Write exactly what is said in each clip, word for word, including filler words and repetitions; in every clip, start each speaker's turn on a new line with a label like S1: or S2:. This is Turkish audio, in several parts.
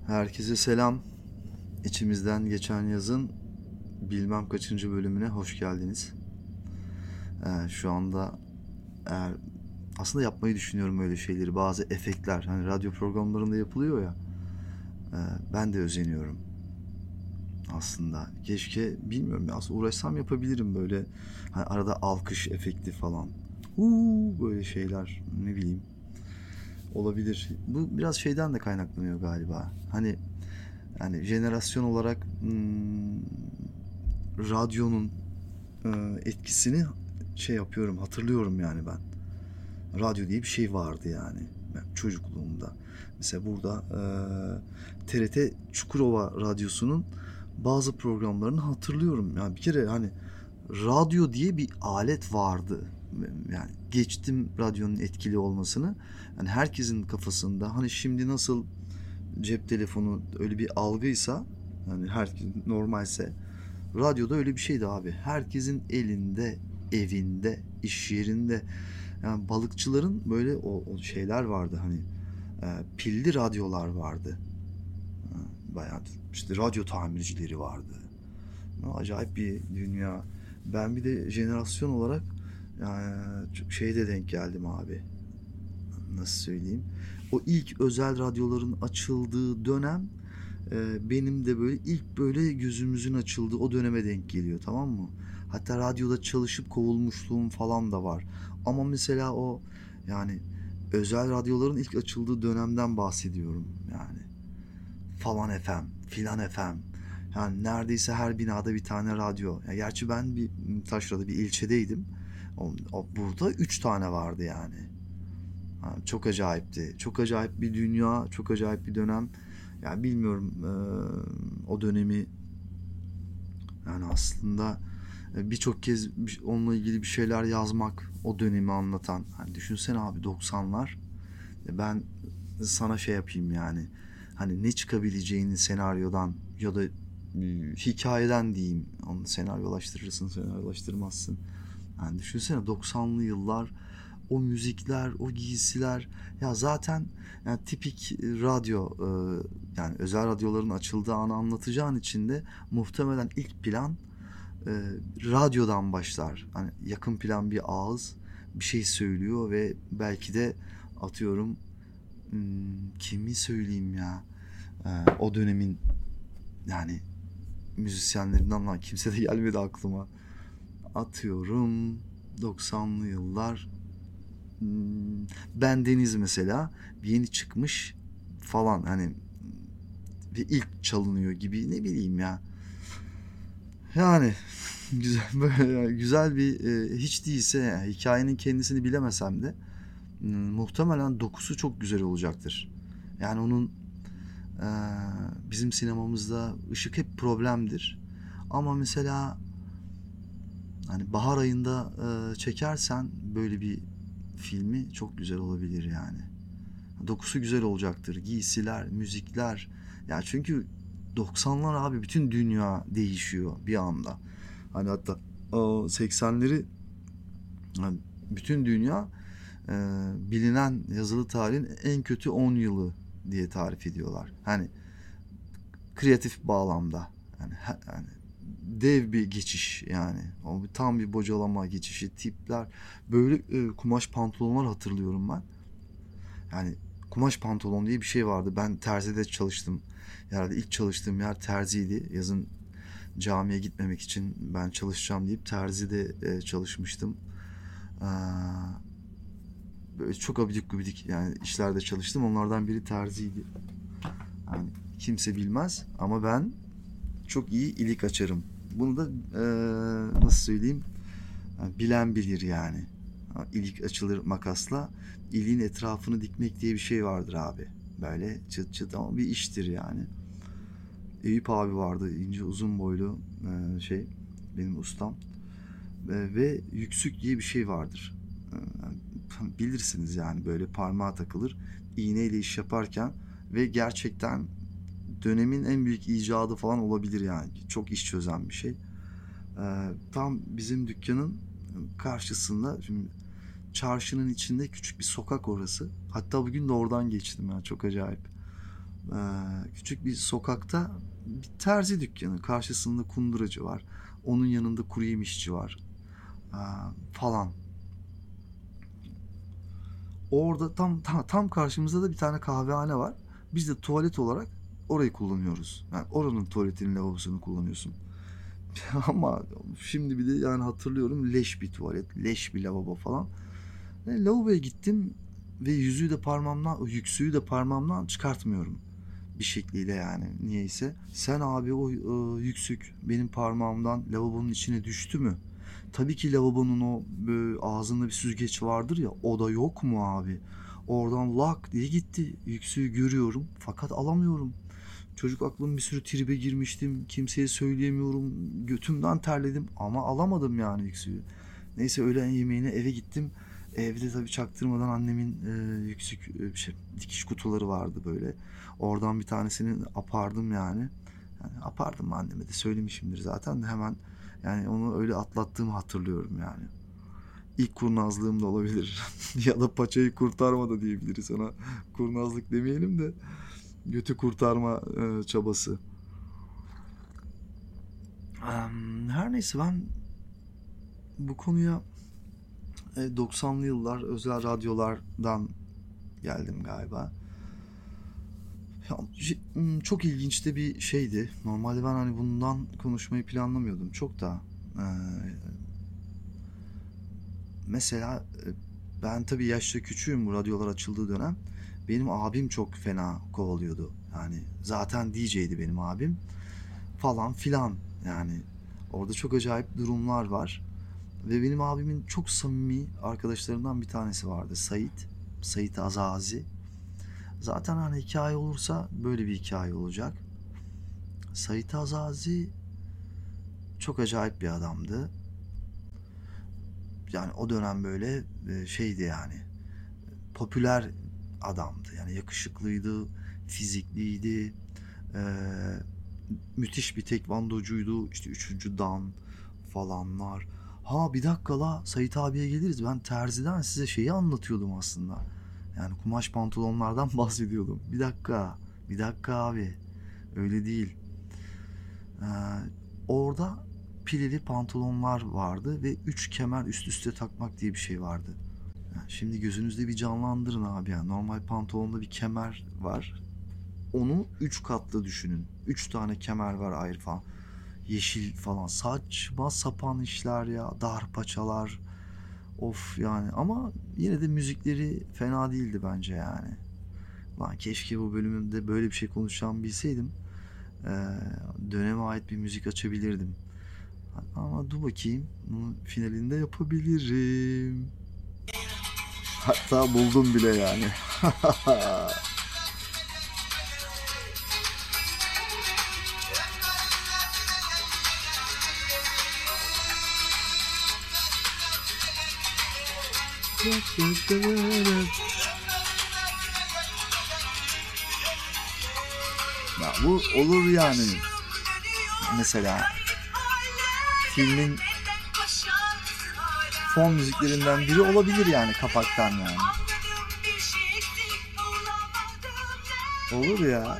S1: Herkese selam. İçimizden geçen yazın bilmem kaçıncı bölümüne hoş geldiniz. Ee, şu anda eğer aslında yapmayı düşünüyorum öyle şeyleri. Bazı efektler hani radyo programlarında yapılıyor ya. e, ben de özeniyorum aslında. Keşke bilmiyorum ya, aslında uğraşsam yapabilirim böyle. Hani arada alkış efekti falan. Uuu böyle şeyler ne bileyim olabilir. Bu biraz şeyden de kaynaklanıyor galiba. Hani yani jenerasyon olarak hmm, radyonun e, etkisini şey yapıyorum, hatırlıyorum yani ben. Radyo diye bir şey vardı yani ben çocukluğumda. Mesela burada e, T R T Çukurova Radyosu'nun bazı programlarını hatırlıyorum. Yani bir kere hani radyo diye bir alet vardı. Yani geçtim radyonun etkili olmasını. Yani herkesin kafasında hani şimdi nasıl cep telefonu öyle bir algıysa hani herkes normalse radyoda öyle bir şeydi abi. Herkesin elinde, evinde, iş yerinde. Yani balıkçıların böyle o, o şeyler vardı hani e, pilli radyolar vardı. Bayağı işte radyo tamircileri vardı. Acayip bir dünya. Ben bir de jenerasyon olarak yani şeyde denk geldim abi. Nasıl söyleyeyim? O ilk özel radyoların açıldığı dönem e, benim de böyle ilk böyle gözümüzün açıldığı o döneme denk geliyor, tamam mı? Hatta radyoda çalışıp kovulmuşluğum falan da var. Ama mesela o yani özel radyoların ilk açıldığı dönemden bahsediyorum yani. Falan F M, filan F M. Yani neredeyse her binada bir tane radyo. Ya gerçi ben bir taşrada bir ilçedeydim. O, o- burada üç tane vardı yani. Ha, çok acayipti. Çok acayip bir dünya, çok acayip bir dönem. Yani bilmiyorum eee, o dönemi yani aslında e, birçok kez bir- onunla ilgili bir şeyler yazmak, o dönemi anlatan. Hani düşünsene abi doksanlar. E, Ben sana şey yapayım yani. Hani ne çıkabileceğini senaryodan ya da e, hikayeden diyeyim. Onu senaryolaştırırsın, senaryolaştırmazsın. Yani düşünsene doksanlı yıllar, o müzikler, o giysiler. Ya zaten yani tipik radyo e, yani özel radyoların açıldığı anı anlatacağın için de muhtemelen ilk plan e, radyodan başlar. Hani yakın plan bir ağız bir şey söylüyor ve belki de atıyorum hmm, kimi söyleyeyim ya. E, o dönemin yani müzisyenlerinden lan kimse de gelmedi aklıma. Atıyorum doksanlı yıllar. Hmm, Ben Deniz mesela yeni çıkmış falan hani bir ilk çalınıyor gibi ne bileyim ya. Yani güzel böyle güzel bir e, hiç değilse yani hikayenin kendisini bilemesem de hmm, muhtemelen dokusu çok güzel olacaktır. Yani onun e, bizim sinemamızda ışık hep problemdir. Ama mesela hani bahar ayında e, çekersen böyle bir filmi çok güzel olabilir yani. Dokusu güzel olacaktır. Giysiler, müzikler. Ya çünkü doksanlar abi bütün dünya değişiyor bir anda. Hani hatta o seksenleri yani bütün dünya e, bilinen yazılı tarihin en kötü on yılı diye tarif ediyorlar. Hani kreatif bağlamda. Yani, yani dev bir geçiş yani. O tam bir bocalama geçişi tipler. Böyle e, kumaş pantolonlar hatırlıyorum ben. Yani kumaş pantolon diye bir şey vardı. Ben terzide çalıştım. Herhalde ilk çalıştığım yer terziydi. Yazın camiye gitmemek için ben çalışacağım deyip terzide e, çalışmıştım. Ee, Böyle çok abidik gubidik yani işlerde çalıştım. Onlardan biri terziydi. Yani kimse bilmez ama ben çok iyi ilik açarım. Bunu da e, nasıl söyleyeyim? Yani bilen bilir yani. İlik açılır makasla. İliğin etrafını dikmek diye bir şey vardır abi. Böyle çıt çıt ama bir iştir yani. Eyüp abi vardı ince uzun boylu e, şey benim ustam. E, ve yüksük diye bir şey vardır. E, bilirsiniz yani böyle parmağa takılır. İğneyle iş yaparken ve gerçekten dönemin en büyük icadı falan olabilir yani. Çok iş çözen bir şey. E, tam bizim dükkanın karşısında şimdi çarşının içinde küçük bir sokak orası. Hatta bugün de oradan geçtim ya çok acayip. Ee, küçük bir sokakta bir terzi dükkanı. Karşısında kunduracı var. Onun yanında kuru yemişçi var. Ee, falan. Orada tam, tam tam karşımızda da bir tane kahvehane var. Biz de tuvalet olarak orayı kullanıyoruz. Yani oranın tuvaletinin lavabosunu kullanıyorsun. Ama şimdi bir de yani hatırlıyorum, leş bir tuvalet, leş bir lavabo falan. E, lavaboya gittim ve yüzüğü de parmağımdan, o yüksüğü de parmağımdan çıkartmıyorum bir şekliyle yani, niyeyse. Sen abi o e, yüksük benim parmağımdan lavabonun içine düştü mü? Tabii ki lavabonun o böyle ağzında bir süzgeç vardır ya, o da yok mu abi? Oradan lak diye gitti. Yüksüğü görüyorum fakat alamıyorum. Çocuk aklım bir sürü tribe girmiştim. Kimseye söyleyemiyorum. Götümden terledim ama alamadım yani yüksüğü. Neyse, öğlen yemeğine eve gittim. Evde tabii çaktırmadan annemin e, yüksük e, şey, dikiş kutuları vardı böyle. Oradan bir tanesini apardım yani. Yani apardım, anneme de söylemişimdir zaten de, hemen yani onu öyle atlattığımı hatırlıyorum yani. İlk kurnazlığım da olabilir. Ya da paçayı kurtarma da diyebiliriz ona. Kurnazlık demeyelim de götü kurtarma e, çabası. Em, Her neyse, ben bu konuya e, doksanlı yıllar özel radyolardan geldim galiba. Ya, j- m, çok ilginç de bir şeydi. Normalde ben hani bundan konuşmayı planlamıyordum. Çok da e, mesela e, ben tabii yaşça küçüğüm bu radyolar açıldığı dönem. Benim abim çok fena kovalıyordu. Yani zaten D J'ydi benim abim falan filan. Yani orada çok acayip durumlar var. Ve benim abimin çok samimi arkadaşlarından bir tanesi vardı. Sait. Sait Azazi. Zaten hani hikaye olursa böyle bir hikaye olacak. Sait Azazi çok acayip bir adamdı. Yani o dönem böyle e, şeydi yani. Popüler adamdı. Yani yakışıklıydı, fizikliydi. E, müthiş bir tekvandocuydu. İşte üçüncü dan falanlar. Ha bir dakika la, Sait abiye geliriz. Ben terziden size şeyi anlatıyordum aslında. Yani kumaş pantolonlardan bahsediyordum. Bir dakika. Bir dakika abi. Öyle değil. Ee, orada pileli pantolonlar vardı ve üç kemer üst üste takmak diye bir şey vardı. Yani şimdi gözünüzde bir canlandırın abi yani. Normal pantolonda bir kemer var. Onu üç katlı düşünün. Üç tane kemer var ayrı falan. Yeşil falan. Saçma sapan işler ya. Dar paçalar. Of yani, ama yine de müzikleri fena değildi bence yani. Lan keşke bu bölümümde böyle bir şey konuşacağımı bilseydim. Ee, döneme ait bir müzik açabilirdim. Ama dur bakayım. Bunun finalinde yapabilirim. Hatta buldum bile yani. Ya bu olur yani. Mesela filmin fon müziklerinden biri olabilir yani, kapaktan yani. Olur ya.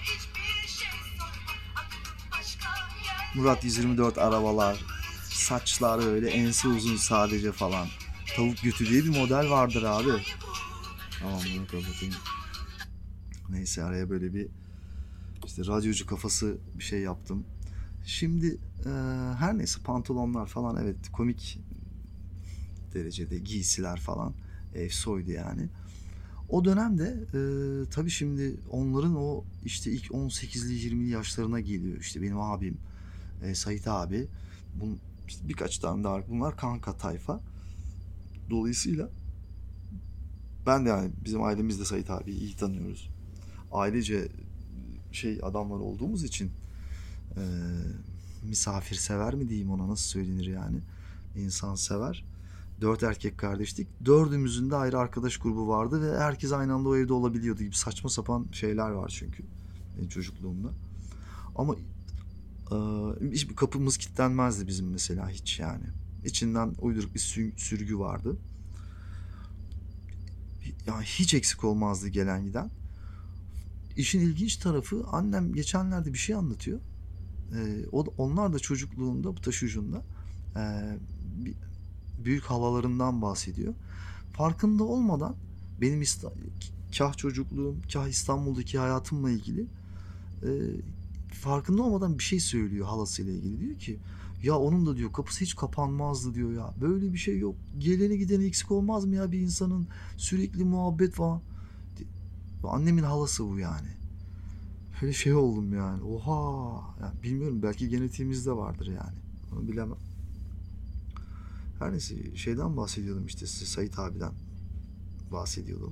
S1: Murat yüz yirmi dört arabalar, saçlar öyle ense uzun sadece falan. Tavuk götü diye bir model vardır abi. Tamam, bunu kapatayım. Neyse, araya böyle bir işte radyocu kafası bir şey yaptım. Şimdi e, her neyse, pantolonlar falan, evet, komik derecede giysiler falan efsoydu yani. O dönemde e, tabii şimdi onların o işte ilk on sekizli yirmili yaşlarına geliyor. İşte benim abim e, Sait abi. Bunun işte birkaç tane daha, bunlar kanka tayfa. Dolayısıyla ben de yani, bizim ailemizde Sait abiyi iyi tanıyoruz. Ailece şey adamlar olduğumuz için e, misafirsever mi diyeyim, ona nasıl söylenir yani. İnsan sever. Dört erkek kardeştik. Dördümüzün de ayrı arkadaş grubu vardı ve herkes aynı anda o evde olabiliyordu gibi saçma sapan şeyler var çünkü benim çocukluğumda. Ama e, hiçbir kapımız kilitlenmezdi bizim mesela, hiç yani. İçinden uyduruk bir sürgü vardı. Yani hiç eksik olmazdı gelen giden. işin ilginç tarafı, annem geçenlerde bir şey anlatıyor. Ee, o, onlar da çocukluğunda bu taş ucunda ee, bir- büyük halalarından bahsediyor. Farkında olmadan benim İsta- kah çocukluğum, kah İstanbul'daki hayatımla ilgili e, farkında olmadan bir şey söylüyor halasıyla ilgili. Diyor ki ya onun da diyor kapısı hiç kapanmazdı diyor ya. Böyle bir şey yok. Geleni gideni eksik olmaz mı ya bir insanın, sürekli muhabbet falan. Annemin halası bu yani. Öyle şey oldum yani. Oha. Yani bilmiyorum, belki genetiğimizde vardır yani. Onu bilemem. Her neyse, şeyden bahsediyordum işte size, Sait abiden bahsediyordum.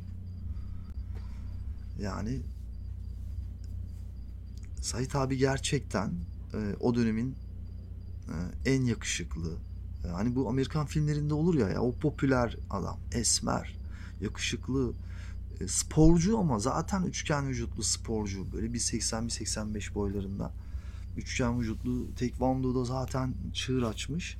S1: Yani Sait abi gerçekten e, o dönemin e, en yakışıklı. E, hani bu Amerikan filmlerinde olur ya, ya o popüler adam, esmer, yakışıklı, e, sporcu ama zaten üçgen vücutlu sporcu. Böyle bir seksen bir seksen beş boylarında. Üçgen vücutlu, tekvandoda zaten çığır açmış.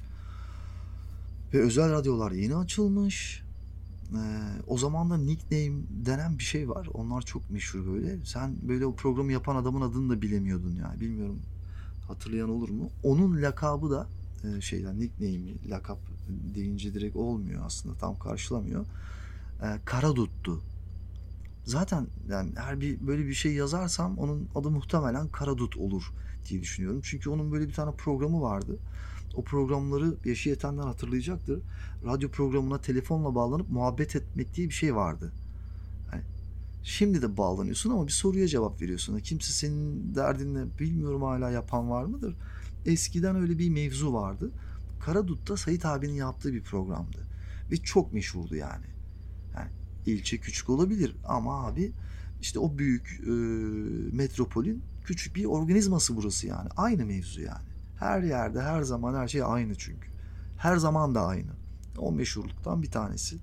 S1: Ve özel radyolar yeni açılmış. Ee, o zaman da nickname denen bir şey var. Onlar çok meşhur böyle. Sen böyle o programı yapan adamın adını da bilemiyordun yani. Bilmiyorum, hatırlayan olur mu? Onun lakabı da e, şeyden, nickname'i, lakap deyince direkt olmuyor aslında. Tam karşılamıyor. Ee, Karadut'tu. Zaten yani her bir böyle bir şey yazarsam onun adı muhtemelen Karadut olur diye düşünüyorum. Çünkü onun böyle bir tane programı vardı. O programları yaşı yetenler hatırlayacaktır. Radyo programına telefonla bağlanıp muhabbet etmek diye bir şey vardı. Yani şimdi de bağlanıyorsun ama bir soruya cevap veriyorsun. Kimse senin derdinle, bilmiyorum hala yapan var mıdır? Eskiden öyle bir mevzu vardı. Karadut'ta Sait abinin yaptığı bir programdı. Ve çok meşhurdu yani. Yani ilçe küçük olabilir ama abi işte o büyük e, metropolün küçük bir organizması burası yani. Aynı mevzu yani. Her yerde, her zaman her şey aynı çünkü. Her zaman da aynı. O meşhurluktan bir tanesi.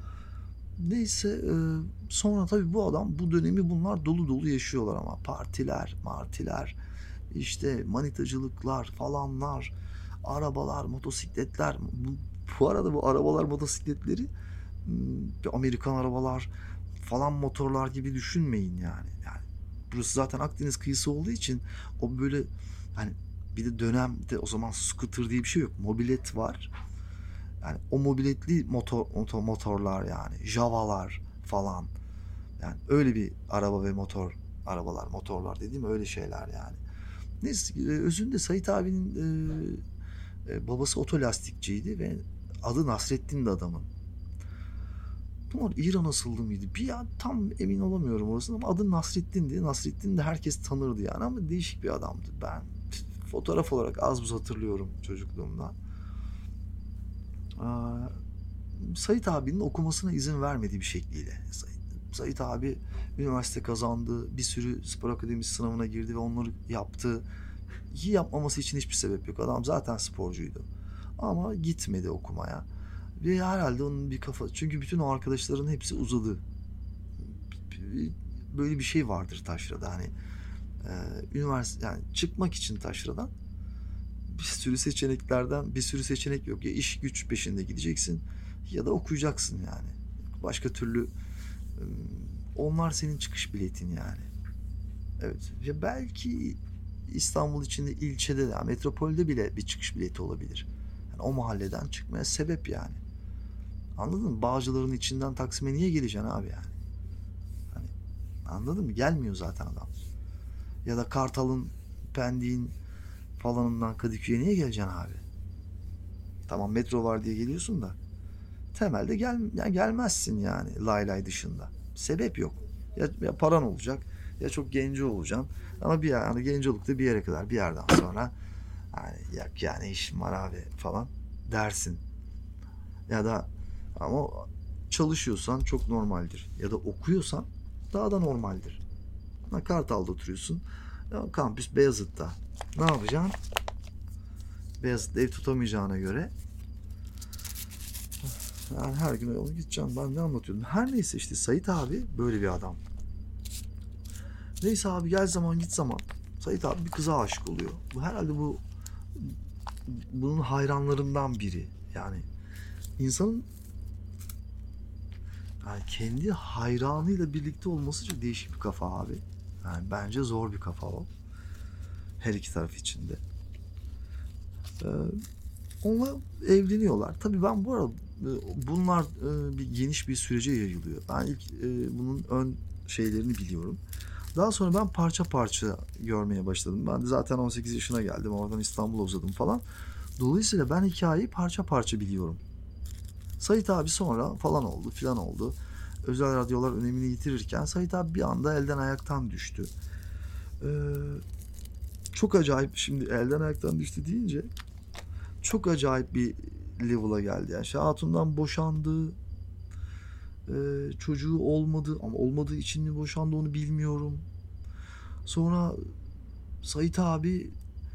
S1: Neyse, e, sonra tabii bu adam, bu dönemi bunlar dolu dolu yaşıyorlar ama partiler, martiler, işte manitacılıklar falanlar, arabalar, motosikletler. Bu, bu arada bu arabalar, motosikletleri hmm, Amerikan arabalar falan, motorlar gibi düşünmeyin yani. Yani burası zaten Akdeniz kıyısı olduğu için o böyle hani, bir de dönemde o zaman scooter diye bir şey yok. Mobilet var. Yani o mobiletli motor, motor motorlar yani Java'lar falan. Yani öyle bir araba ve motor, arabalar, motorlar dediğim öyle şeyler yani. Neyse, e, özünde Sait abinin e, e, babası otolastikçiydi ve adı Nasrettin de adamın. Bunlar İran asıllı mıydı? Bir ya tam emin olamıyorum orasını ama adı Nasrettin'di. Nasrettin de herkes tanırdı yani ama değişik bir adamdı. Ben fotoğraf olarak az buz hatırlıyorum çocukluğumdan. Aa, Sait abinin okumasına izin vermediği bir şekliyle. Sait, Sait abi üniversite kazandı. Bir sürü spor akademisi sınavına girdi ve onları yaptı. İyi yapmaması için hiçbir sebep yok. Adam zaten sporcuydu. Ama gitmedi okumaya. Ve herhalde onun bir kafa... Çünkü bütün o arkadaşların hepsi uzadı. Böyle bir şey vardır taşrada. Hani e, üniversite, yani çıkmak için taşradan bir sürü seçeneklerden bir sürü seçenek yok. Ya iş güç peşinde gideceksin ya da okuyacaksın yani. Başka türlü e, onlar senin çıkış biletin yani. Evet. Ya belki İstanbul içinde ilçede, yani metropolde bile bir çıkış bileti olabilir. Yani o mahalleden çıkmaya sebep yani. Anladın mı? Bağcıların içinden Taksim'e niye geleceksin abi yani? Hani, anladın mı? Gelmiyor zaten adam. Ya da Kartal'ın, Pendik'in falanından Kadıköy'e niye geleceksin abi? Tamam, metro var diye geliyorsun da temelde gel, yani gelmezsin yani, lay lay dışında. Sebep yok. Ya, ya paran olacak ya çok genci olacaksın. Ama bir yani gencolukta bir yere kadar, bir yerden sonra yani yak yani işim var abi falan dersin. Ya da ama çalışıyorsan çok normaldir. Ya da okuyorsan daha da normaldir. Ha, Kartal'da oturuyorsun. Ya, kampüs Beyazıt'ta. Ne yapacaksın? Beyazıt'ta ev tutamayacağına göre yani her gün yolu gideceğim. Ben ne anlatıyordum? Her neyse, işte Sait abi böyle bir adam. Neyse abi, gel zaman git zaman. Sait abi bir kıza aşık oluyor. Bu herhalde bu bunun hayranlarından biri. Yani insanın yani kendi hayranıyla birlikte olması çok değişik bir kafa abi. Yani bence zor bir kafa o. Her iki taraf içinde. Ee, Onlar evleniyorlar. Tabii ben bu arada e, bunlar e, bir geniş bir sürece yayılıyor. Ben ilk e, bunun ön şeylerini biliyorum. Daha sonra ben parça parça görmeye başladım. Ben de zaten on sekiz yaşına geldim. Oradan İstanbul'a uzadım falan. Dolayısıyla ben hikayeyi parça parça biliyorum. Sait abi sonra falan oldu filan oldu. Özel radyolar önemini yitirirken Sait abi bir anda elden ayaktan düştü. Ee, Çok acayip, şimdi elden ayaktan düştü deyince çok acayip bir level'a geldi. Yani şey, hatundan boşandı. Ee, çocuğu olmadı ama olmadığı için mi boşandı onu bilmiyorum. Sonra Sait abi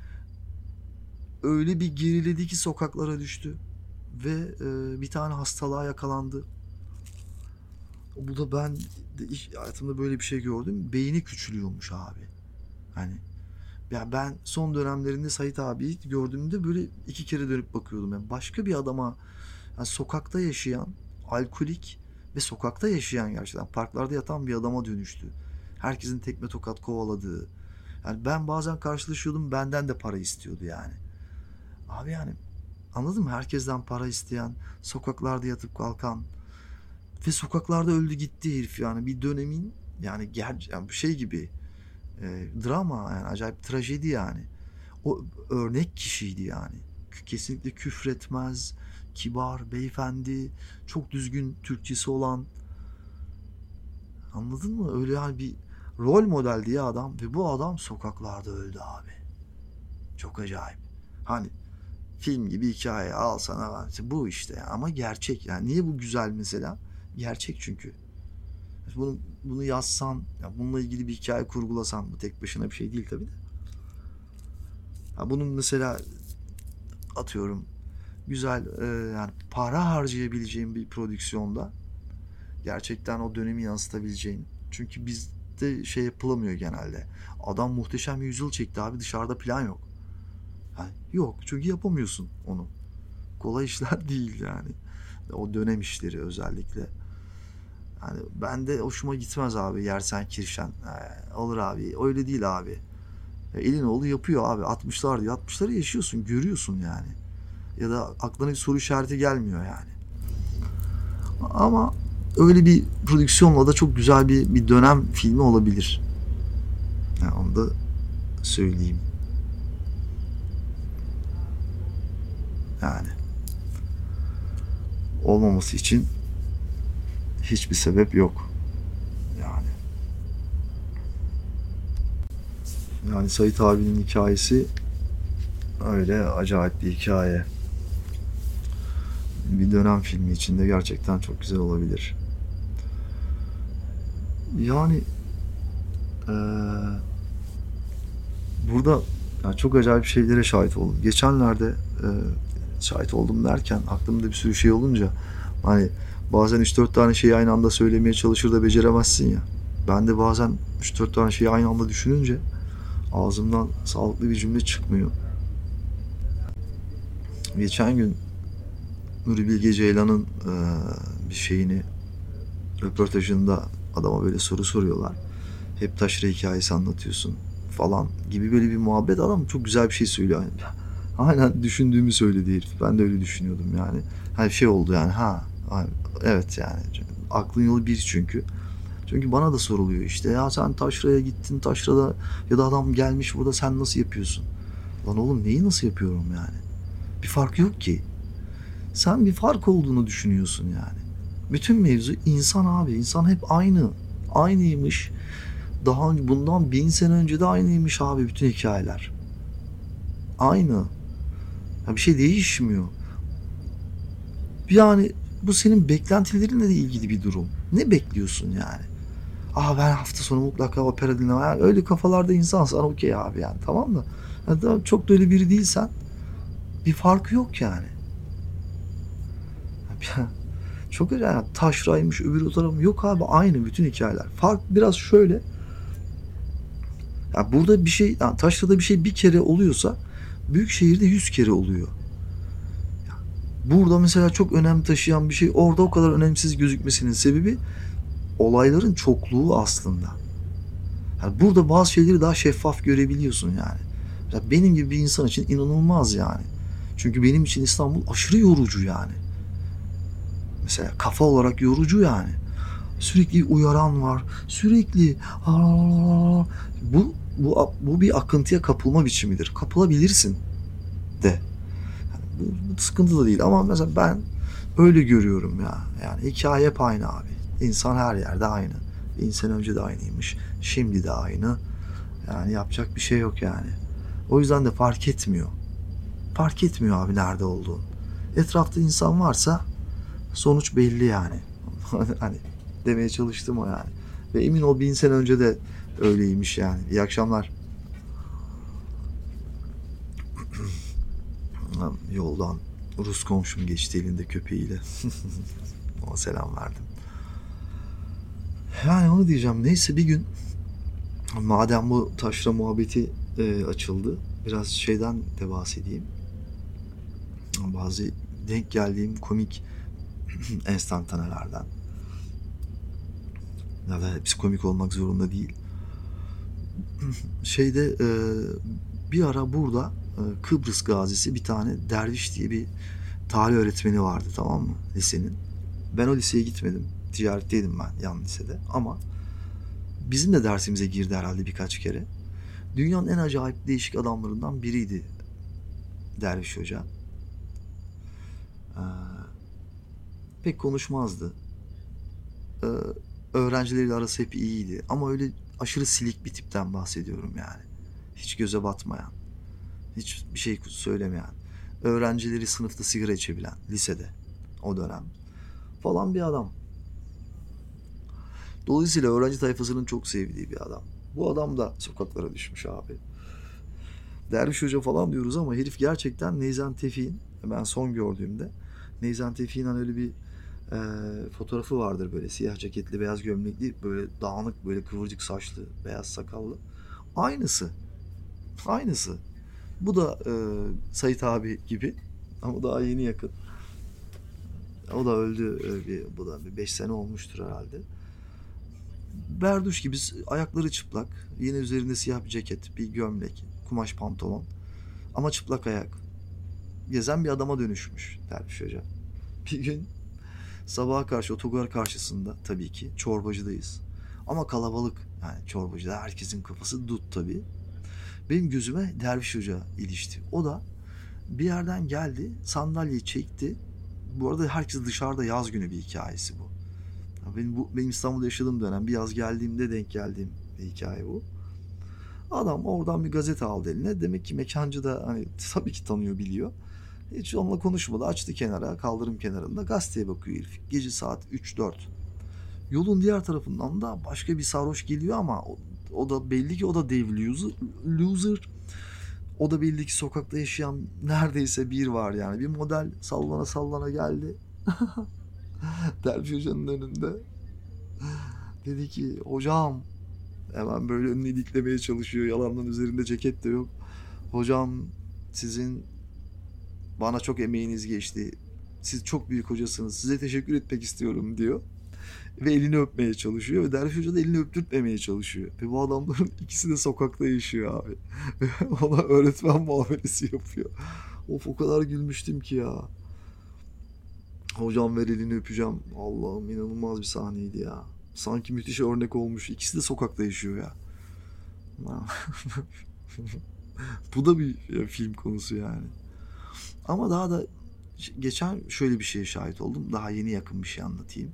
S1: öyle bir geriledi ki sokaklara düştü ve e, bir tane hastalığa yakalandı. Bu da ben de iş hayatımda böyle bir şey gördüm. Beyni küçülüyormuş abi. Hani ya ben son dönemlerinde Sait abiyi gördüğümde böyle iki kere dönüp bakıyordum. Yani başka bir adama, yani sokakta yaşayan, alkolik ve sokakta yaşayan, gerçekten parklarda yatan bir adama dönüştü. Herkesin tekme tokat kovaladığı. Yani ben bazen karşılaşıyordum, benden de para istiyordu yani. Abi yani anladın mı? Herkesten para isteyen, sokaklarda yatıp kalkan ve sokaklarda öldü gitti herif yani bir dönemin, yani ger yani şey gibi, e, drama, yani acayip trajedi yani. O örnek kişiydi yani. Kesinlikle küfretmez, kibar, beyefendi, çok düzgün Türkçesi olan. Anladın mı? Öyle yani bir rol model diye adam ve bu adam sokaklarda öldü abi. Çok acayip. Hani film gibi hikaye al sana var. İşte bu işte ya. Ama gerçek yani. Niye bu güzel mesela? Gerçek çünkü. Bunu bunu yazsan, ya bununla ilgili bir hikaye kurgulasan, bu tek başına bir şey değil tabii de. Ya bunun mesela atıyorum güzel, e, yani para harcayabileceğin bir prodüksiyonda gerçekten o dönemi yansıtabileceğin. Çünkü bizde şey yapılamıyor genelde. Adam Muhteşem Yüzyıl çekti abi, dışarıda plan yok. Ha, yok çünkü yapamıyorsun onu. Kolay işler değil yani. O dönem işleri özellikle. Yani ben de hoşuma gitmez abi yersen kirşen. Ee, olur abi. Öyle değil abi. E, elin oğlu yapıyor abi. altmışlar diyor. altmışları yaşıyorsun. Görüyorsun yani. Ya da aklına bir soru işareti gelmiyor yani. Ama öyle bir prodüksiyonla da çok güzel bir, bir dönem filmi olabilir. Yani onu da söyleyeyim. Yani olmaması için hiçbir sebep yok. Yani yani Sait abinin hikayesi öyle acayip bir hikaye. Bir dönem filmi içinde gerçekten çok güzel olabilir. Yani eee, burada yani çok acayip şeylere şahit oldum. Geçenlerde eee, şahit oldum derken aklımda bir sürü şey olunca, hani bazen üç dört tane şeyi aynı anda söylemeye çalışır da beceremezsin ya. Ben de bazen üç dört tane şeyi aynı anda düşününce ağzımdan sağlıklı bir cümle çıkmıyor. Geçen gün Nuri Bilge Ceylan'ın eee, bir şeyini, röportajında adama böyle soru soruyorlar. Hep taşra hikayesi anlatıyorsun falan gibi böyle bir muhabbet. Adam çok güzel bir şey söylüyor. Aynen düşündüğümü söyledi herif. Ben de öyle düşünüyordum yani. Hani şey oldu yani, ha evet yani. Aklın yolu bir çünkü. Çünkü bana da soruluyor işte, ya sen taşraya gittin, taşrada ya da adam gelmiş burada, sen nasıl yapıyorsun? Lan oğlum neyi nasıl yapıyorum yani? Bir fark yok ki. Sen bir fark olduğunu düşünüyorsun yani. Bütün mevzu insan abi. İnsan hep aynı. Aynıymış. Daha önce, bundan bin sene önce de aynıymış abi bütün hikayeler. Aynı. Ya bir şey değişmiyor. Yani bu senin beklentilerinle de ilgili bir durum. Ne bekliyorsun yani? Aa ben hafta sonu mutlaka opera dinleme. Yani öyle kafalarda insansan okey abi yani, tamam da. Yani çok da öyle biri değilsen bir farkı yok yani. Çok acayip. Yani taşraymış, öbür tarafı yok abi, aynı bütün hikayeler. Fark biraz şöyle. Ya burada bir şey, yani taşrada bir şey bir kere oluyorsa büyük şehirde yüz kere oluyor. Burada mesela çok önem taşıyan bir şey orada o kadar önemsiz gözükmesinin sebebi olayların çokluğu aslında. Yani burada bazı şeyleri daha şeffaf görebiliyorsun yani. Ya benim gibi bir insan için inanılmaz yani. Çünkü benim için İstanbul aşırı yorucu yani. Mesela kafa olarak yorucu yani. Sürekli uyaran var. Sürekli aa, bu bu bu bir akıntıya kapılma biçimidir. Kapılabilirsin de. Yani bu, bu sıkıntı da değil ama mesela ben öyle görüyorum ya. Yani hikaye hep aynı abi. İnsan her yerde aynı. Bin sene önce de aynıymış. Şimdi de aynı. Yani yapacak bir şey yok yani. O yüzden de fark etmiyor. Fark etmiyor abi nerede olduğun. Etrafta insan varsa sonuç belli yani. Hani demeye çalıştım o yani. Ve emin ol bin sene önce de öyleymiş yani. İyi akşamlar. Yoldan Rus komşum geçti elinde köpeğiyle. Ona selam verdim. Yani onu diyeceğim. Neyse bir gün madem bu taşra muhabbeti e, açıldı. Biraz şeyden de bahsedeyim. Bazı denk geldiğim komik enstantanelerden. Ya da hepsi komik olmak zorunda değil. Şeyde e, bir ara burada e, Kıbrıs gazisi bir tane Derviş diye bir tarih öğretmeni vardı, tamam mı, lisenin. Ben o liseye gitmedim. Ticaretteydim ben yan lisede. Ama bizim de dersimize girdi herhalde birkaç kere. Dünyanın en acayip değişik adamlarından biriydi Derviş Hoca. Ee, pek konuşmazdı. Ee, öğrencileriyle arası hep iyiydi. Ama öyle aşırı silik bir tipten bahsediyorum yani. Hiç göze batmayan, hiç bir şey söylemeyen, öğrencileri sınıfta sigara içebilen, lisede o dönem falan bir adam. Dolayısıyla öğrenci tayfasının çok sevdiği bir adam. Bu adam da sokaklara düşmüş abi. Derviş Hoca falan diyoruz ama herif gerçekten Neyzen Tevfik'in, ben son gördüğümde Neyzen Tevfik'in hani öyle bir e, fotoğrafı vardır, böyle siyah ceketli, beyaz gömlekli, böyle dağınık, böyle kıvırcık saçlı, beyaz sakallı. Aynısı. Aynısı. Bu da e, Sait abi gibi ama daha yeni yakın. O da öldü. e, Bir, bu da bir beş sene olmuştur herhalde. Berduş gibi, ayakları çıplak. Yine üzerinde siyah bir ceket, bir gömlek, kumaş pantolon. Ama çıplak ayak. Gezen bir adama dönüşmüş Derviş Hoca. Bir gün sabaha karşı otogar karşısında, tabii ki çorbacıdayız. Ama kalabalık. Yani çorbacıda herkesin kafası dut tabii. Benim gözüme Derviş Hoca ilişti. O da bir yerden geldi, sandalyeyi çekti. Bu arada herkes dışarıda, yaz günü bir hikayesi bu. Benim, bu, benim İstanbul'da yaşadığım dönem bir yaz geldiğimde denk geldiğim bir hikaye bu. Adam oradan bir gazete aldı eline. Demek ki mekancı da hani tabii ki tanıyor, biliyor. Hiç onunla konuşmadı. Açtı kenara, kaldırım kenarında gazeteye bakıyor herif. Gece saat üç dört. Yolun diğer tarafından da başka bir sarhoş geliyor ama o, o da belli ki o da Dave Loser. Loser. O da belli ki sokakta yaşayan neredeyse bir var yani. Bir model sallana sallana geldi. Derviş Hoca'nın önünde. Dedi ki hocam, hemen böyle önüne diklemeye çalışıyor. Yalandan üzerinde ceket de yok. Hocam, sizin bana çok emeğiniz geçti. Siz çok büyük hocasınız. Size teşekkür etmek istiyorum diyor. Ve elini öpmeye çalışıyor. Ve Derviş Hoca da elini öptürtmemeye çalışıyor. Ve bu adamların ikisi de sokakta yaşıyor abi. Ona öğretmen muamelesi yapıyor. Of, o kadar gülmüştüm ki ya. Hocam ver elini öpeceğim. Allah'ım, inanılmaz bir sahneydi ya. Sanki müthiş örnek olmuş. İkisi de sokakta yaşıyor ya. Bu da bir film konusu yani. Ama daha da geçen şöyle bir şeye şahit oldum. Daha yeni yakın bir şey anlatayım.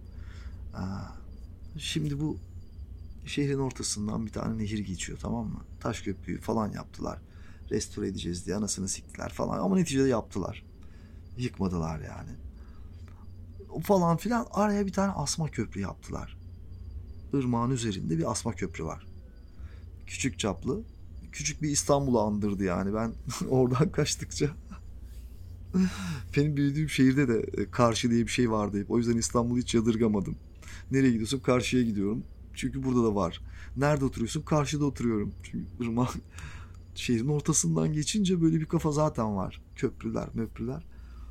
S1: Şimdi bu şehrin ortasından bir tane nehir geçiyor, tamam mı? Taş köprüyü falan yaptılar. Restore edeceğiz diye anasını siktiler falan. Ama neticede yaptılar. Yıkmadılar yani. Falan filan, araya bir tane asma köprü yaptılar. Irmağın üzerinde bir asma köprü var. Küçük çaplı. Küçük bir İstanbul'u andırdı yani. Ben oradan kaçtıkça benim büyüdüğüm şehirde de Karşı diye bir şey vardı hep. O yüzden İstanbul'u hiç yadırgamadım. Nereye gidiyorsun? Karşıya gidiyorum. Çünkü burada da var. Nerede oturuyorsun? Karşıda oturuyorum. Çünkü ırmak şehrin ortasından geçince böyle bir kafa zaten var. Köprüler, möprüler.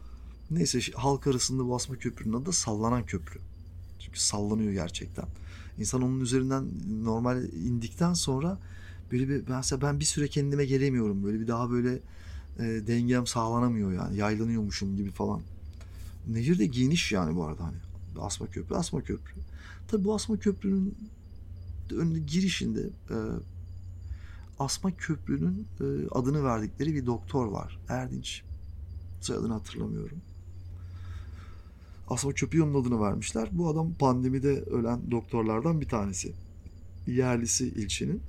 S1: Neyse, halk arasında bu asma köprünün adı da Sallanan Köprü. Çünkü sallanıyor gerçekten. İnsan onun üzerinden normal indikten sonra böyle bir, mesela ben bir süre kendime gelemiyorum. Böyle bir daha böyle e, dengem sağlanamıyor yani. Yaylanıyormuşum gibi falan. Nehir de geniş yani bu arada hani. Asma Köprü, Asma Köprü. Tabii bu Asma Köprü'nün önünde girişinde e, Asma Köprü'nün e, adını verdikleri bir doktor var. Erdinç. Soyadını hatırlamıyorum. Asma Köprü'ye onun adını vermişler. Bu adam pandemide ölen doktorlardan bir tanesi. Yerlisi ilçenin.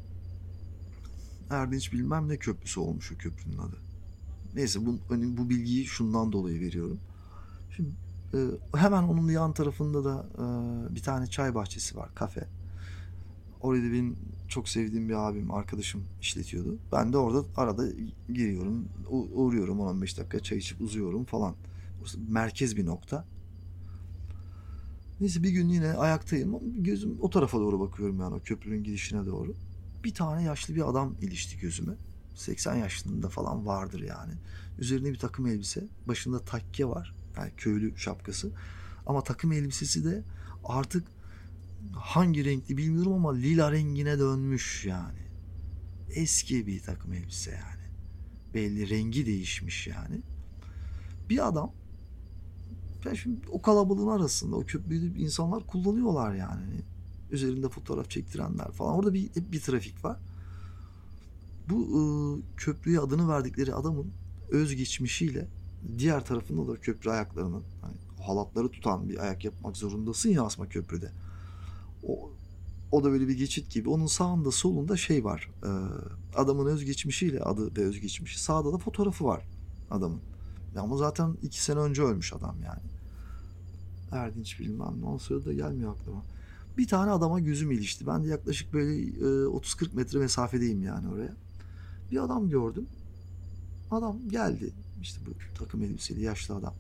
S1: Erdinç bilmem ne köprüsü olmuş o köprünün adı. Neyse bu, hani bu bilgiyi şundan dolayı veriyorum. Şimdi e, hemen onun yan tarafında da e, bir tane çay bahçesi var, kafe. Orada benim çok sevdiğim bir abim, arkadaşım işletiyordu. Ben de orada arada giriyorum, uğruyorum, on on beş dakika çay içip uzuyorum falan. Burası merkez bir nokta. Neyse bir gün yine ayaktayım. Gözüm o tarafa doğru bakıyorum yani o köprünün girişine doğru. Bir tane yaşlı bir adam ilişti gözüme. seksen yaşlarında falan vardır yani. Üzerinde bir takım elbise. Başında takke var. Yani köylü şapkası. Ama takım elbisesi de artık hangi renkli bilmiyorum ama lila rengine dönmüş yani. Eski bir takım elbise yani. Belli rengi değişmiş yani. Bir adam, ben şimdi o kalabalığın arasında o köprüyü insanlar kullanıyorlar yani. Üzerinde fotoğraf çektirenler falan. Orada bir hep bir trafik var. Bu e, köprüye adını verdikleri adamın özgeçmişiyle diğer tarafında da köprü ayaklarının hani halatları tutan bir ayak yapmak zorundasın ya Asma Köprü'de. O, o da böyle bir geçit gibi. Onun sağında solunda şey var. E, adamın özgeçmişiyle adı ve özgeçmişi. Sağda da fotoğrafı var adamın. Ama zaten iki sene önce ölmüş adam yani. Erdinç bilmem ne. O sırada gelmiyor aklıma. Bir tane adama gözüm ilişti. Ben de yaklaşık böyle e, otuz kırk metre mesafedeyim yani oraya. Bir adam gördüm. Adam geldi. İşte bu takım elbiseli yaşlı adam.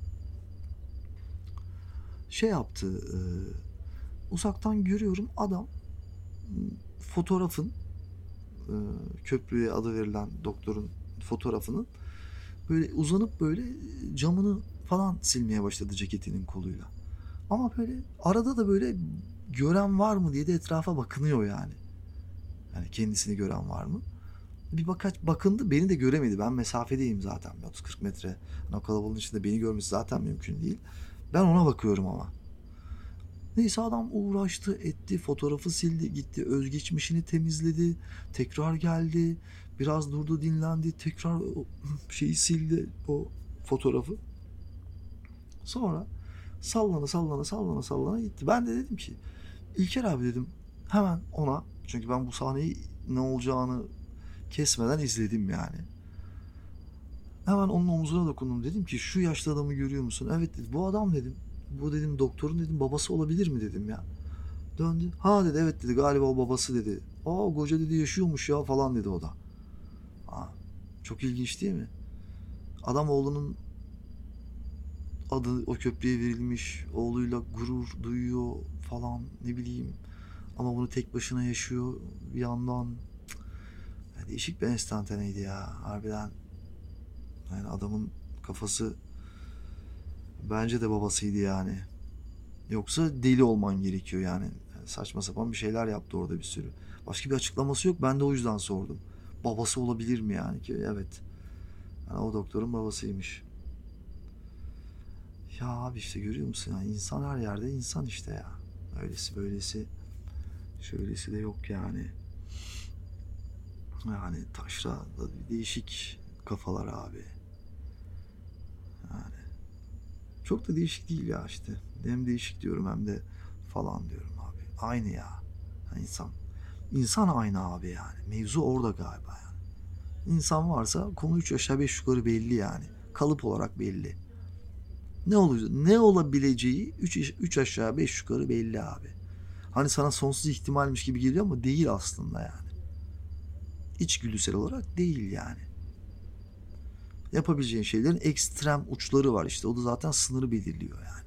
S1: Şey yaptı. E, uzaktan görüyorum adam fotoğrafın e, köprüye adı verilen doktorun fotoğrafının böyle uzanıp böyle camını falan silmeye başladı ceketinin koluyla. Ama böyle arada da böyle gören var mı diye de etrafa bakınıyor yani. Yani kendisini gören var mı? Bir birkaç bakındı, beni de göremedi. Ben mesafedeyim zaten. otuz kırk metre. Yani o kalabalığın içinde beni görmesi zaten mümkün değil. Ben ona bakıyorum ama. Neyse adam uğraştı, etti, fotoğrafı sildi, gitti, özgeçmişini temizledi, tekrar geldi, biraz durdu, dinlendi, tekrar o şeyi sildi, o fotoğrafı. Sonra sallana sallana sallana sallana gitti. Ben de dedim ki, İlker abi dedim, hemen ona, çünkü ben bu sahneyi ne olacağını kesmeden izledim yani. Hemen onun omzuna dokundum, dedim ki şu yaşlı adamı görüyor musun? Evet dedi, bu adam dedim. Bu dedim doktorun dedim babası olabilir mi dedim ya. Döndü. Ha dedi, evet dedi, galiba o babası dedi. Aa koca dedi yaşıyormuş ya falan dedi o da. Ha, çok ilginç değil mi? Adam oğlunun adı o köprüye verilmiş. Oğluyla gurur duyuyor falan, ne bileyim. Ama bunu tek başına yaşıyor bir yandan. Yani değişik bir enstantaneydi ya harbiden. Yani adamın kafası bence de babasıydı yani. Yoksa deli olman gerekiyor yani. Saçma sapan bir şeyler yaptı orada bir sürü. Başka bir açıklaması yok. Ben de o yüzden sordum. Babası olabilir mi yani ki? Evet. Yani o doktorun babasıymış. Ya abi işte görüyor musun? Yani insan her yerde insan işte ya. Öylesi böylesi. Şöylesi de yok yani. Yani taşra da değişik kafalar abi. Yani çok da değişik değil ya işte. Hem değişik diyorum hem de falan diyorum abi. Aynı ya. Yani insan. İnsan aynı abi yani. Mevzu orada galiba yani. İnsan varsa konu üç aşağı beş yukarı belli yani. Kalıp olarak belli. Ne olacak? Ne olabileceği üç aşağı beş yukarı belli abi. Hani sana sonsuz ihtimalmiş gibi geliyor ama değil aslında yani. İçgüdüsel olarak değil yani. Yapabileceğin şeylerin ekstrem uçları var işte. O da zaten sınırı belirliyor yani.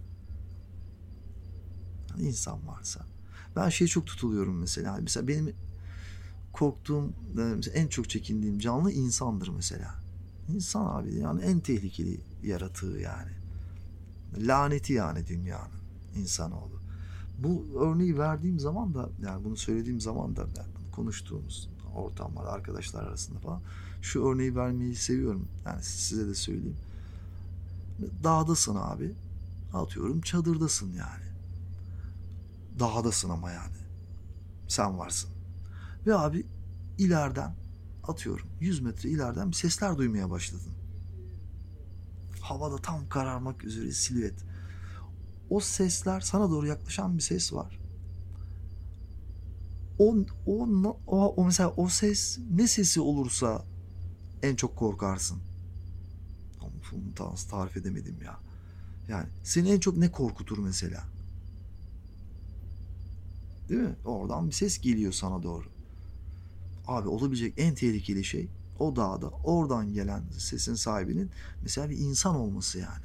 S1: Yani insan varsa. Ben şeye çok tutuluyorum mesela. Mesela benim korktuğum, mesela en çok çekindiğim canlı insandır mesela. İnsan abi yani en tehlikeli yaratığı yani. Laneti yani dünyanın insanoğlu. Bu örneği verdiğim zaman da, yani bunu söylediğim zaman da, yani konuştuğumuz ortamlar, arkadaşlar arasında falan şu örneği vermeyi seviyorum. Yani size de söyleyeyim. Dağdasın abi. Atıyorum çadırdasın yani. Dağdasın ama yani. Sen varsın. Ve abi ileriden, atıyorum yüz metre ileriden bir sesler duymaya başladın. Havada tam kararmak üzere silüet. O sesler, sana doğru yaklaşan bir ses var. O, o, o, o mesela o ses ne sesi olursa en çok korkarsın. Bunu tarif edemedim ya. Yani seni en çok ne korkutur mesela? Değil mi? Oradan bir ses geliyor sana doğru. Abi olabilecek en tehlikeli şey o dağda oradan gelen sesin sahibinin mesela bir insan olması yani.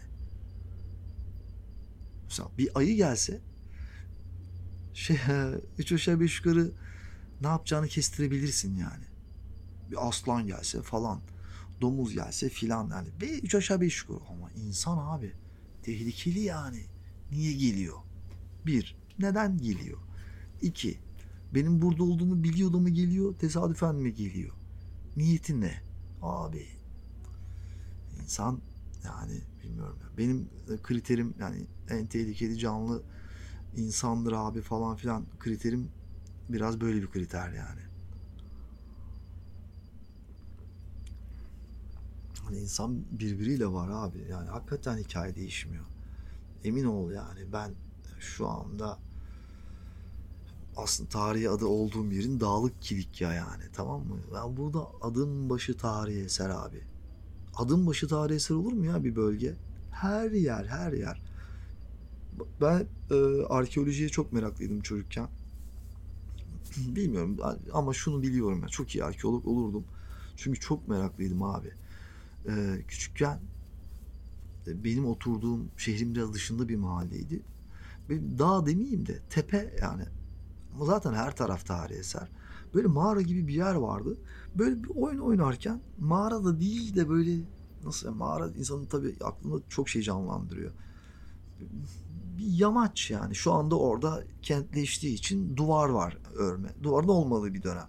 S1: Mesela bir ayı gelse şey üç aşağı beş yukarı ne yapacağını kestirebilirsin yani. Bir aslan gelse falan, domuz gelse filan yani. Bir üç aşağı beş yukarı ama insan abi tehlikeli yani. Niye geliyor? Bir, neden geliyor? İki, benim burada olduğumu biliyor da mı geliyor, tesadüfen mi geliyor? Niyeti ne? Abi insan yani bilmiyorum ya. Benim kriterim yani en tehlikeli canlı insandır abi falan filan kriterim biraz böyle bir kriter yani. Hani insan birbiriyle var abi. Yani hakikaten hikaye değişmiyor. Emin ol yani ben şu anda aslında tarihi adı olduğum yerin Dağlık Kilikya yani, tamam mı? Ben burada adım başı tarihi eser abi. Adım başı tarihi eser olur mu ya bir bölge? Her yer, her yer. Ben e, arkeolojiye çok meraklıydım çocukken. Bilmiyorum ama şunu biliyorum ya, çok iyi arkeolog olurdum. Çünkü çok meraklıydım abi. E, küçükken e, benim oturduğum şehrin biraz dışında bir mahalleydi. Benim dağ demeyeyim de tepe yani. Ama zaten her taraf tarihi eser. Böyle mağara gibi bir yer vardı. Böyle bir oyun oynarken mağarada değil de böyle nasıl yani, mağara insanın tabii aklında çok şey canlandırıyor. Bir yamaç yani. Şu anda orada kentleştiği için duvar var örme. Duvarda olmalı bir dönem.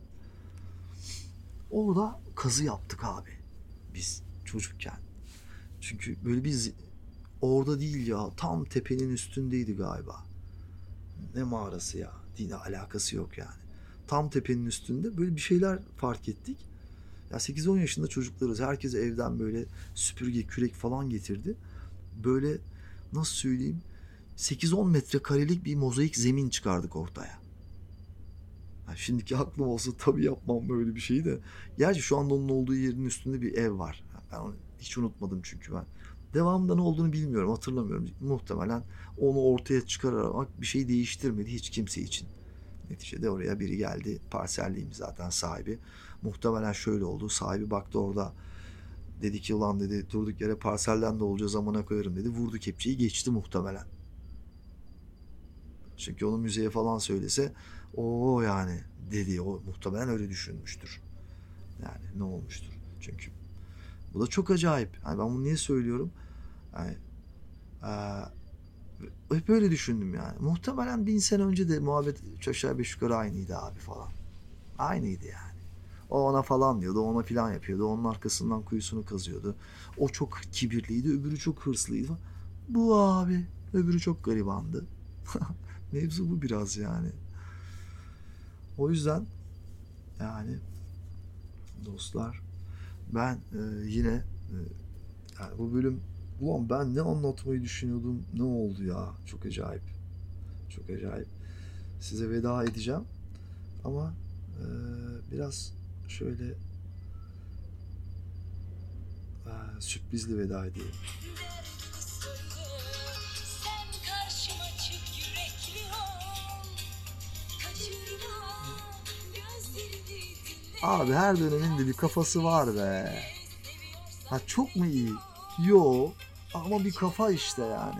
S1: Orada kazı yaptık abi. Biz çocukken. Çünkü böyle biz orada değil ya, tam tepenin üstündeydi galiba. Ne mağarası ya? Dine alakası yok yani. Tam tepenin üstünde böyle bir şeyler fark ettik. Ya sekiz on yaşında çocuklarız. Herkes evden böyle süpürge, kürek falan getirdi. Böyle nasıl söyleyeyim? sekiz on metrekarelik bir mozaik zemin çıkardık ortaya. Ya şimdiki aklım olsa tabii yapmam böyle bir şeyi de. Gerçi şu anda onun olduğu yerin üstünde bir ev var. Ben onu hiç unutmadım çünkü ben. Devamında ne olduğunu bilmiyorum, hatırlamıyorum. Muhtemelen onu ortaya çıkararak bir şey değiştirmedi hiç kimse için. Neticede oraya biri geldi. Parselliyim zaten sahibi. Muhtemelen şöyle oldu. Sahibi baktı orada. Dedi ki ulan dedi durduk yere parselden de olacağız zamana koyarım dedi. Vurdu kepçeyi geçti muhtemelen. Çünkü onu müzeye falan söylese o yani dedi, o muhtemelen öyle düşünmüştür. Yani ne olmuştur? Çünkü bu da çok acayip. Yani ben bunu niye söylüyorum? Yani ee, hep öyle düşündüm yani. Muhtemelen bin sene önce de muhabbet üç aşağı beş yukarı aynıydı abi falan. Aynıydı yani. O ona falan diyordu, ona filan yapıyordu. Onun arkasından kuyusunu kazıyordu. O çok kibirliydi, öbürü çok hırslıydı. Bu abi, öbürü çok garibandı. Mevzu bu biraz yani. O yüzden yani dostlar ben e, yine e, yani bu bölüm, ulan ben ne anlatmayı düşünüyordum, ne oldu ya, çok acayip, çok acayip. Size veda edeceğim ama e, biraz şöyle e, sürprizli veda edeyim. Abi her dönemin de bir kafası var be. Ha çok mu iyi? Yo. Ama bir kafa işte yani.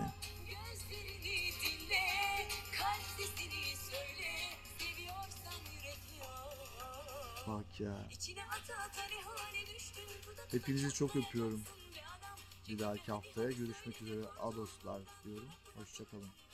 S1: Bak ya. Hepinizi çok öpüyorum. Bir dahaki haftaya görüşmek üzere. Adoslar diyorum. Hoşçakalın.